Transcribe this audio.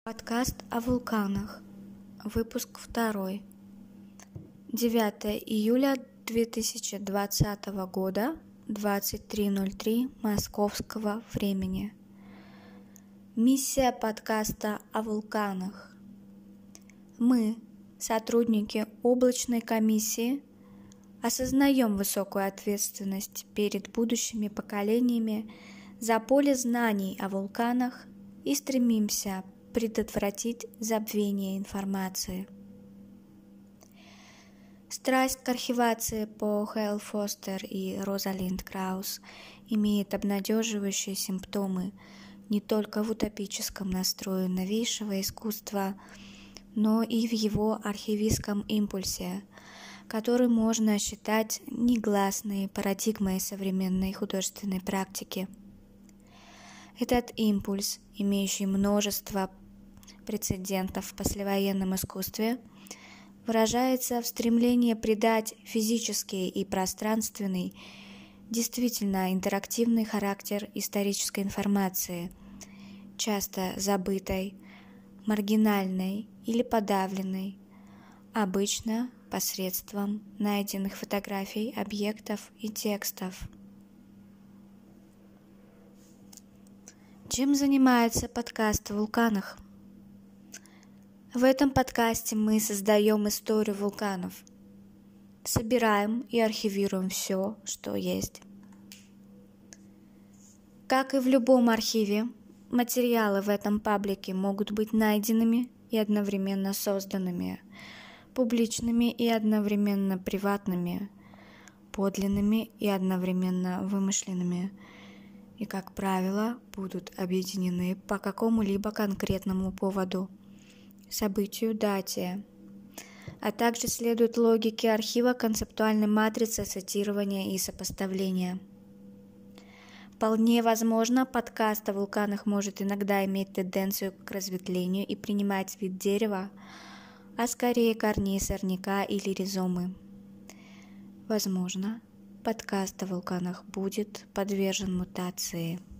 Подкаст о вулканах. Выпуск 2. 9 июля 2020 года, 23:03 московского времени. Миссия подкаста о вулканах. Мы, сотрудники облачной комиссии, осознаем высокую ответственность перед будущими поколениями за поле знаний о вулканах и стремимся предотвратить забвение информации. Страсть к архивации по Хейл Фостер и Розалинд Краус имеет обнадеживающие симптомы не только в утопическом настрое новейшего искусства, но и в его архивистском импульсе, который можно считать негласной парадигмой современной художественной практики. Этот импульс, имеющий множество прецедентов в послевоенном искусстве, выражается в стремлении придать физический и пространственный, действительно интерактивный характер исторической информации, часто забытой, маргинальной или подавленной, обычно посредством найденных фотографий, объектов и текстов. Чем занимается подкаст о вулканах? В этом подкасте мы создаем историю вулканов, собираем и архивируем все, что есть. Как и в любом архиве, материалы в этом паблике могут быть найденными и одновременно созданными, публичными и одновременно приватными, подлинными и одновременно вымышленными, и, как правило, будут объединены по какому-либо конкретному поводу, событию, дате, а также следует логике архива концептуальной матрицы цитирования и сопоставления. Вполне возможно, подкаст о вулканах может иногда иметь тенденцию к разветвлению и принимать вид дерева, а скорее корней сорняка или ризомы. Возможно, подкаст о вулканах будет подвержен мутации.